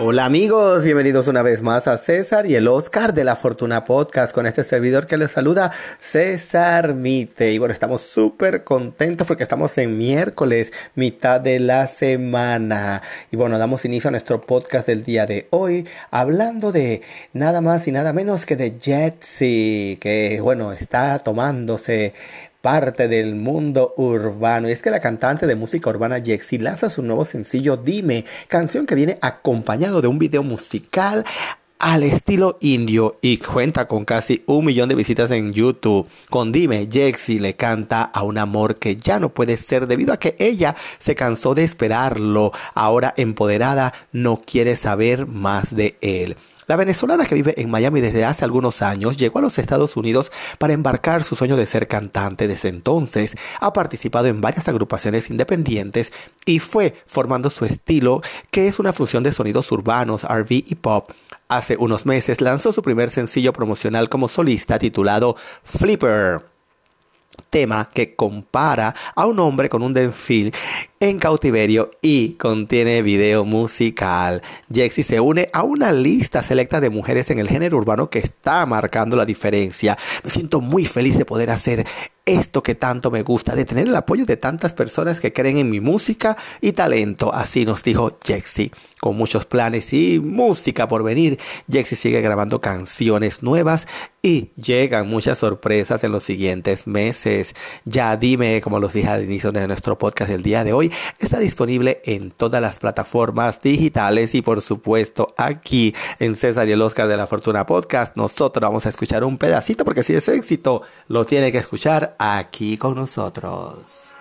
Hola amigos, bienvenidos una vez más a César y el Oscar de la Fortuna Podcast con este servidor que les saluda, César Mite. Y bueno, estamos súper contentos porque estamos en miércoles, mitad de la semana. Y bueno, damos inicio a nuestro podcast del día de hoy hablando de nada más y nada menos que de Jetsi, que bueno, está tomándose parte del mundo urbano. Y es que la cantante de música urbana Jetsi lanza su nuevo sencillo Dime, canción que viene acompañado de un video musical al estilo indio y cuenta con casi 1 millón de visitas en YouTube. Con Dime, Jetsi le canta a un amor que ya no puede ser debido a que ella se cansó de esperarlo. Ahora empoderada, no quiere saber más de él. La venezolana que vive en Miami desde hace algunos años llegó a los Estados Unidos para embarcar su sueño de ser cantante. Desde entonces ha participado en varias agrupaciones independientes y fue formando su estilo, que es una fusión de sonidos urbanos, R&B y pop. Hace unos meses lanzó su primer sencillo promocional como solista titulado Flipper, tema que compara a un hombre con un delfín en cautiverio y contiene video musical. Jetsi se une a una lista selecta de mujeres en el género urbano que está marcando la diferencia. Me siento muy feliz de poder hacer esto que tanto me gusta, de tener el apoyo de tantas personas que creen en mi música y talento. Así nos dijo Jetsi. Con muchos planes y música por venir, Jetsi sigue grabando canciones nuevas y llegan muchas sorpresas en los siguientes meses. Ya Dime, como los dije al inicio de nuestro podcast del día de hoy, está disponible en todas las plataformas digitales y por supuesto aquí en César y el Oscar de la Fortuna Podcast. Nosotros vamos a escuchar un pedacito porque si es éxito, lo tiene que escuchar aquí con nosotros.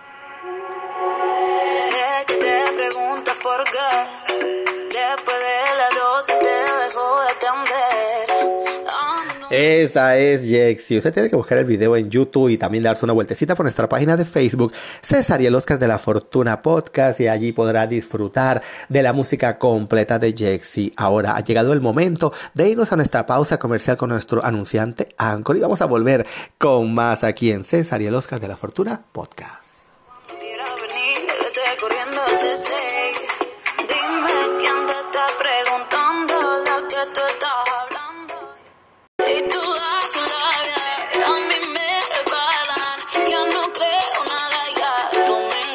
Sé que te preguntas por qué después de las 12 te dejo de atender. Esa es Jetsi. Usted tiene que buscar el video en YouTube y también darse una vueltecita por nuestra página de Facebook, César y el Oscar de la Fortuna Podcast, y allí podrá disfrutar de la música completa de Jetsi. Ahora ha llegado el momento de irnos a nuestra pausa comercial con nuestro anunciante Anchor y vamos a volver con más aquí en César y el Oscar de la Fortuna Podcast. Cuando quieras venir, vete corriendo a CC. Dime quién te está preguntando lo que tú estás hablando. Y tú das tu labia, a mí me regalan. Ya no creo nada, ya no me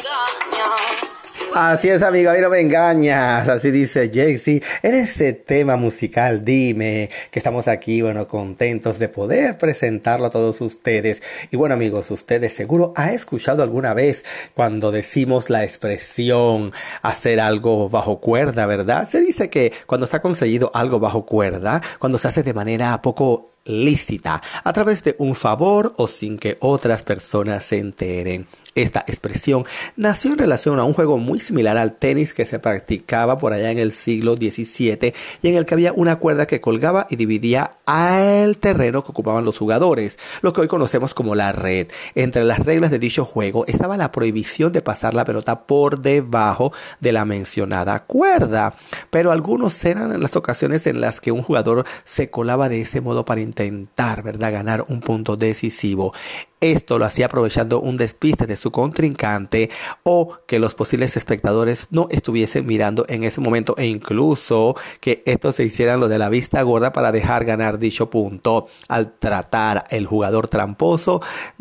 engañas. Así es, amigo, a mí no me engañas. Así dice Jetsi en ese tema musical Dime, que estamos aquí, bueno, contentos de poder presentarlo a todos ustedes. Y bueno, amigos, ustedes seguro han escuchado alguna vez cuando decimos la expresión hacer algo bajo cuerda, ¿verdad? Se dice que cuando se ha conseguido algo bajo cuerda, cuando se hace de manera poco lícita, a través de un favor o sin que otras personas se enteren. Esta expresión nació en relación a un juego muy similar al tenis que se practicaba por allá en el siglo XVII y en el que había una cuerda que colgaba y dividía el terreno que ocupaban los jugadores, lo que hoy conocemos como la red. Entre las reglas de dicho juego estaba la prohibición de pasar la pelota por debajo de la mencionada cuerda, pero algunos eran las ocasiones en las que un jugador se colaba de ese modo para intentar, ¿verdad?, ganar un punto decisivo. Esto lo hacía aprovechando un despiste de su contrincante o que los posibles espectadores no estuviesen mirando en ese momento e incluso que estos se hicieran lo de la vista gorda para dejar ganar dicho punto al tratar el jugador tramposo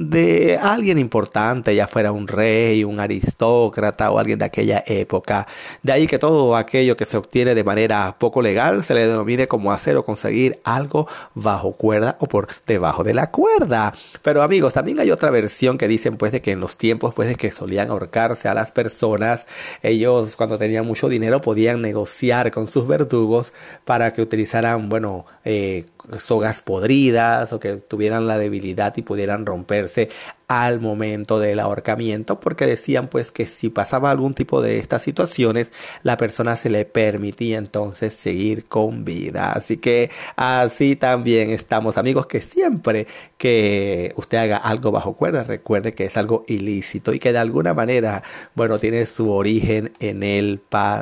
de alguien importante, ya fuera un rey, un aristócrata o alguien de aquella época. De ahí que todo aquello que se obtiene de manera poco legal se le denomine como hacer o conseguir algo bajo cuerda o por debajo de la cuerda. Pero amigos, también hay otra versión que dicen pues de que en los tiempos pues de que solían ahorcarse a las personas, ellos cuando tenían mucho dinero podían negociar con sus verdugos para que utilizaran, bueno, sogas podridas o que tuvieran la debilidad y pudieran romperse al momento del ahorcamiento, porque decían pues que si pasaba algún tipo de estas situaciones, la persona se le permitía entonces seguir con vida. Así que así también estamos, amigos, que siempre que usted haga algo bajo cuerda, recuerde que es algo ilícito y que de alguna manera, bueno, tiene su origen en el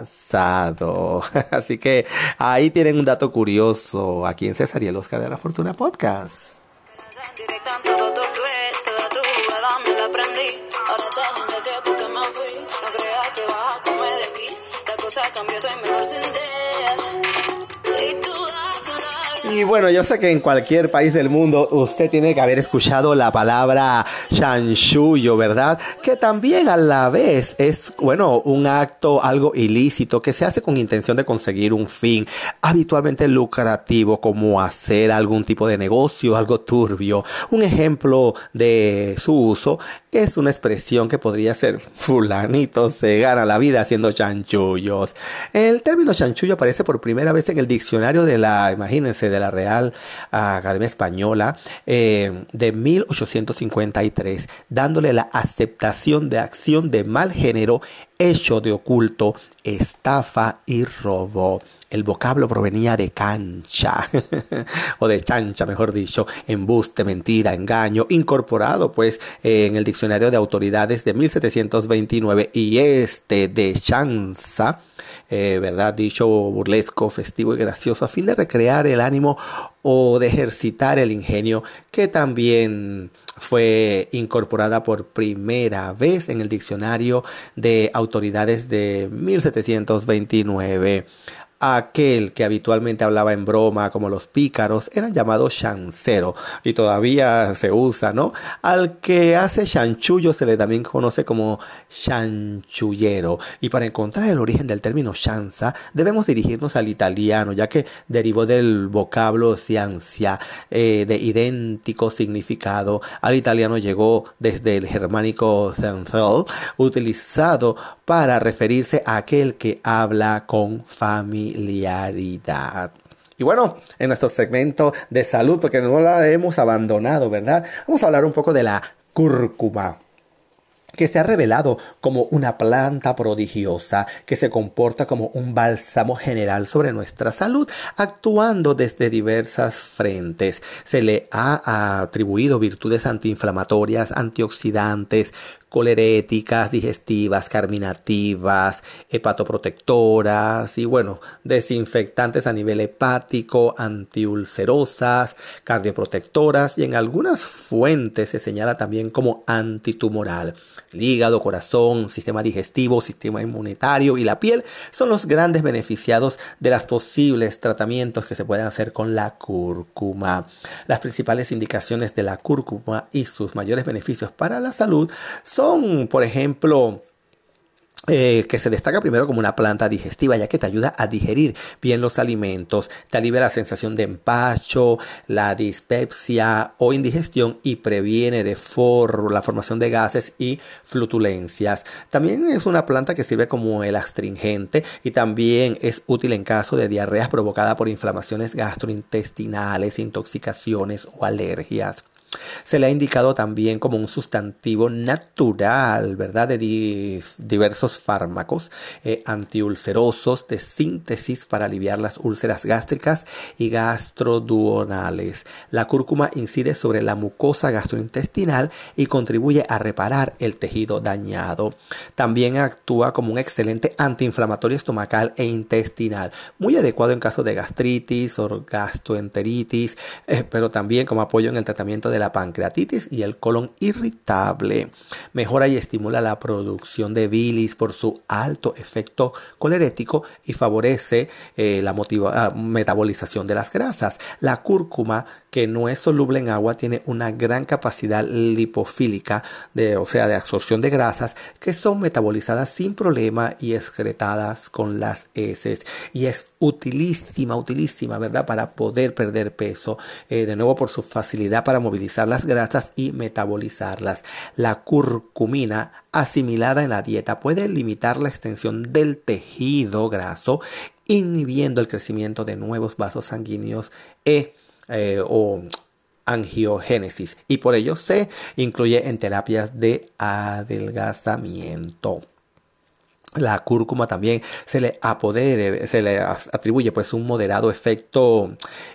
pasado. Así que ahí tienen un dato curioso aquí en César y el Oscar de la Fortuna Podcast. Ahora te pensé que porque me fui, no creas que vas a comer de aquí. cosa cambió, estoy mejor sin ti. Y tú das la Y bueno, yo sé que en cualquier país del mundo usted tiene que haber escuchado la palabra chanchullo, ¿verdad? Que también a la vez es, bueno, un acto algo ilícito que se hace con intención de conseguir un fin habitualmente lucrativo, como hacer algún tipo de negocio, algo turbio. Un ejemplo de su uso es una expresión que podría ser: fulanito se gana la vida haciendo chanchullos. El término chanchullo aparece por primera vez en el diccionario de la, imagínense, de la Real Academia Española de 1853, dándole la aceptación de acción de mal género, hecho de oculto, estafa y robo. El vocablo provenía de cancha, o de chancha, mejor dicho, embuste, mentira, engaño, incorporado pues en el diccionario de autoridades de 1729, y de chanza, ¿verdad? Dicho burlesco, festivo y gracioso, a fin de recrear el ánimo o de ejercitar el ingenio, que también fue incorporada por primera vez en el diccionario de autoridades de 1729. Aquel que habitualmente hablaba en broma, como los pícaros, eran llamados chancero, y todavía se usa, ¿no? Al que hace chanchullo se le también conoce como chanchullero. Y para encontrar el origen del término chanza, debemos dirigirnos al italiano, ya que derivó del vocablo ciancia, de idéntico significado. Al italiano llegó desde el germánico censel, utilizado para referirse a aquel que habla con familiaridad. Y bueno, en nuestro segmento de salud, porque no la hemos abandonado, ¿verdad? Vamos a hablar un poco de la cúrcuma, que se ha revelado como una planta prodigiosa que se comporta como un bálsamo general sobre nuestra salud, actuando desde diversas frentes. Se le ha atribuido virtudes antiinflamatorias, antioxidantes, coleréticas, digestivas, carminativas, hepatoprotectoras y bueno, desinfectantes a nivel hepático, antiulcerosas, cardioprotectoras, y en algunas fuentes se señala también como antitumoral. El hígado, corazón, sistema digestivo, sistema inmunitario y la piel son los grandes beneficiados de los posibles tratamientos que se pueden hacer con la cúrcuma. Las principales indicaciones de la cúrcuma y sus mayores beneficios para la salud son, por ejemplo, que se destaca primero como una planta digestiva, ya que te ayuda a digerir bien los alimentos, te alivia la sensación de empacho, la dispepsia o indigestión, y previene la formación de gases y flutulencias. También es una planta que sirve como el astringente y también es útil en caso de diarreas provocadas por inflamaciones gastrointestinales, intoxicaciones o alergias. Se le ha indicado también como un sustantivo natural, ¿verdad?, de diversos fármacos antiulcerosos de síntesis para aliviar las úlceras gástricas y gastroduodenales. La cúrcuma incide sobre la mucosa gastrointestinal y contribuye a reparar el tejido dañado. También actúa como un excelente antiinflamatorio estomacal e intestinal, muy adecuado en caso de gastritis o gastroenteritis, pero también como apoyo en el tratamiento de la pancreatitis y el colon irritable. Mejora y estimula la producción de bilis por su alto efecto colerético y favorece la metabolización de las grasas. La cúrcuma, que no es soluble en agua, tiene una gran capacidad lipofílica, de absorción de grasas que son metabolizadas sin problema y excretadas con las heces. Y es utilísima, ¿verdad?, para poder perder peso, de nuevo por su facilidad para movilizar las grasas y metabolizarlas. La curcumina, asimilada en la dieta, puede limitar la extensión del tejido graso, inhibiendo el crecimiento de nuevos vasos sanguíneos o angiogénesis, y por ello se incluye en terapias de adelgazamiento. La cúrcuma también se le atribuye pues un moderado efecto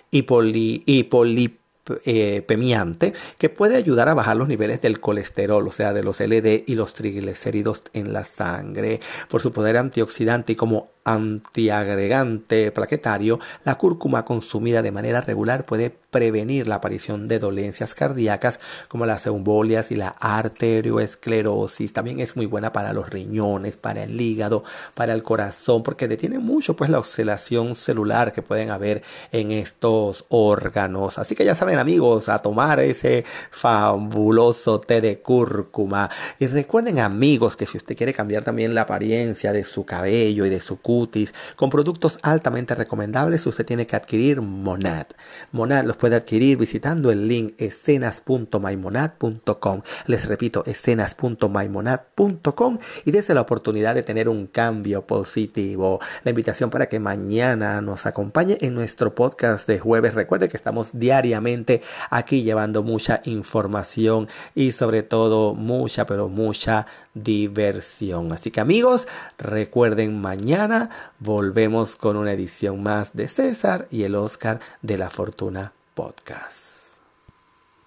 hipolipemiante que puede ayudar a bajar los niveles del colesterol, de los LD y los triglicéridos en la sangre. Por su poder antioxidante y como antiagregante plaquetario, la cúrcuma consumida de manera regular puede prevenir la aparición de dolencias cardíacas como las embolias y la arterioesclerosis. También es muy buena para los riñones, para el hígado, para el corazón, porque detiene mucho pues la oxidación celular que pueden haber en estos órganos. Así que ya saben, amigos, a tomar ese fabuloso té de cúrcuma. Y recuerden, amigos, que si usted quiere cambiar también la apariencia de su cabello y de su cutis con productos altamente recomendables, usted tiene que adquirir Monad. Monad los puede adquirir visitando el link escenas.mymonad.com. Les repito, escenas.mymonad.com, y dése la oportunidad de tener un cambio positivo. La invitación para que mañana nos acompañe en nuestro podcast de jueves. Recuerde que estamos diariamente aquí llevando mucha información y sobre todo mucha, pero mucha diversión. Así que, amigos, recuerden, mañana volvemos con una edición más de César y el Oscar de la Fortuna Podcast.